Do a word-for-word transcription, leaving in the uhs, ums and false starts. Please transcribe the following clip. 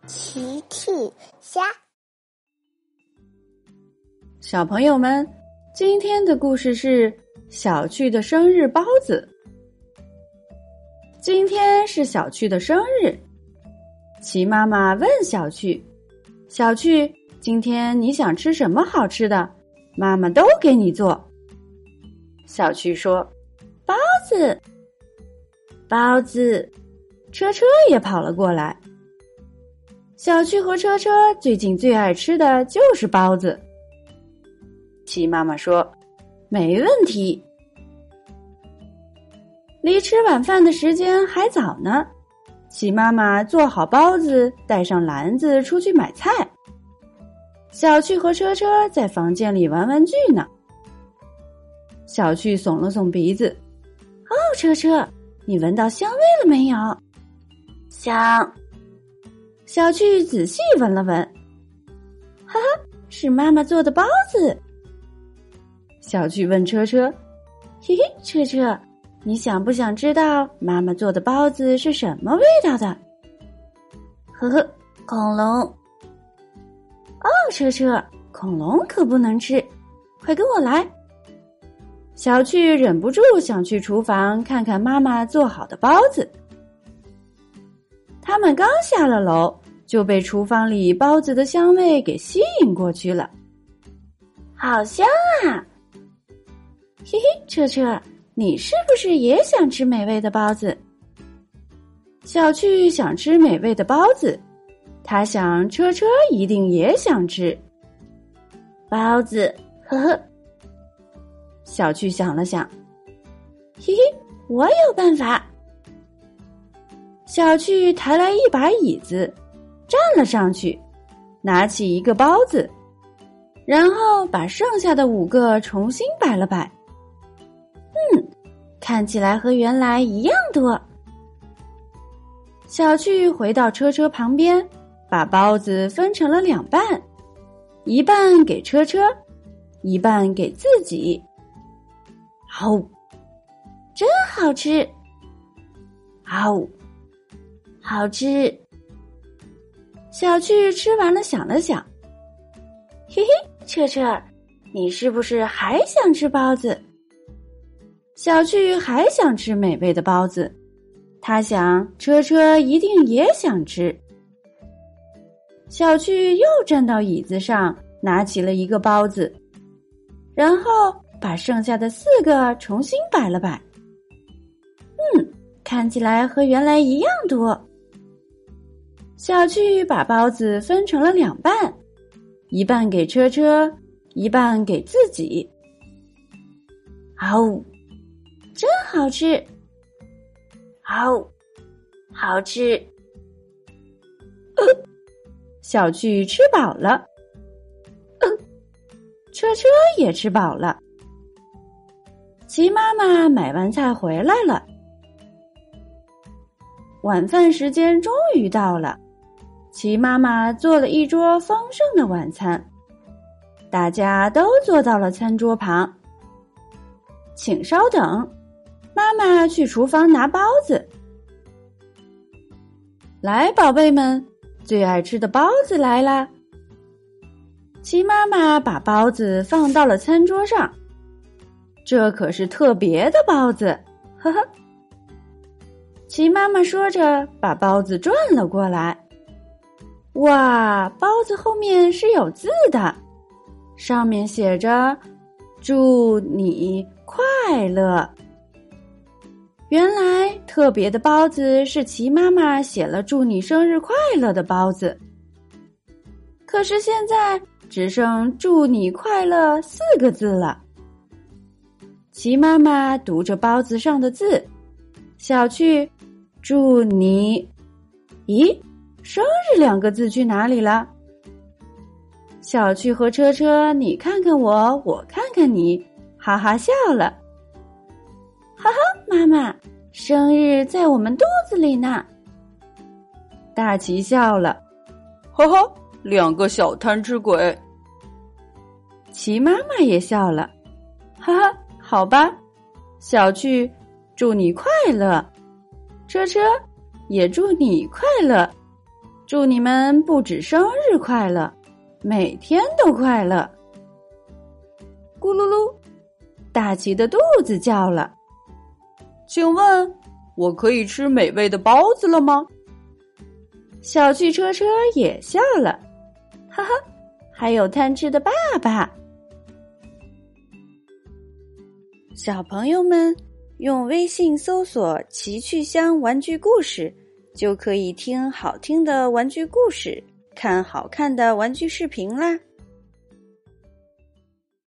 奇趣虾。 小朋友们，今天的故事是小趣的生日包子。今天是小趣的生日，奇妈妈问小趣：小趣，今天你想吃什么好吃的？妈妈都给你做。小趣说：包子。包子。车车也跑了过来。小趣和车车最近最爱吃的就是包子。奇妈妈说：没问题。离吃晚饭的时间还早呢，奇妈妈做好包子，带上篮子出去买菜。小趣和车车在房间里玩玩具呢。小趣耸了耸鼻子：哦，车车，你闻到香味了没有？香。小趣仔细闻了闻，哈哈，是妈妈做的包子。小趣问车车：嘿嘿，车车，你想不想知道妈妈做的包子是什么味道的？呵呵，恐龙。哦，车车，恐龙可不能吃，快跟我来。小趣忍不住想去厨房看看妈妈做好的包子。他们刚下了楼，就被厨房里包子的香味给吸引过去了。好香啊！嘿嘿，车车，你是不是也想吃美味的包子？小趣想吃美味的包子，他想车车一定也想吃包子。呵呵。小趣想了想，嘿嘿，我有办法。小趣抬来一把椅子，站了上去，拿起一个包子，然后把剩下的五个重新摆了摆。嗯，看起来和原来一样多。小趣回到车车旁边，把包子分成了两半，一半给车车，一半给自己。好，真好吃。好，好吃。小趣吃完了想了想，嘿嘿，车车，你是不是还想吃包子？小趣还想吃美味的包子，他想车车一定也想吃。小趣又站到椅子上，拿起了一个包子，然后把剩下的四个重新摆了摆。嗯，看起来和原来一样多。小趣把包子分成了两半，一半给车车，一半给自己。哦，真好吃。哦，好吃。呃，小趣吃饱了。呃，车车也吃饱了。齐妈妈买完菜回来了。晚饭时间终于到了，齐妈妈做了一桌丰盛的晚餐，大家都坐到了餐桌旁。请稍等，妈妈去厨房拿包子。来，宝贝们，最爱吃的包子来啦！齐妈妈把包子放到了餐桌上，这可是特别的包子，呵呵。齐妈妈说着，把包子转了过来。哇，包子后面是有字的，上面写着“祝你快乐”。原来特别的包子是齐妈妈写了“祝你生日快乐”的包子，可是现在只剩“祝你快乐”四个字了。齐妈妈读着包子上的字，小趣，祝你。咦，生日两个字去哪里了？小趣和车车你看看我，我看看你，哈哈笑了。哈哈，妈妈，生日在我们肚子里呢。大齐笑了， 哈哈，两个小贪吃鬼。 齐妈妈也笑了，哈哈，好吧。小趣，祝你快乐。车车，也祝你快乐。 祝你们不止生日快乐，每天都快乐。咕噜噜，大奇的肚子叫了。 请问，我可以吃美味的包子了吗？ 小汽车车也笑了，哈哈，还有贪吃的爸爸。小朋友们，用微信搜索“奇趣箱玩具故事”，就可以听好听的玩具故事，看好看的玩具视频啦。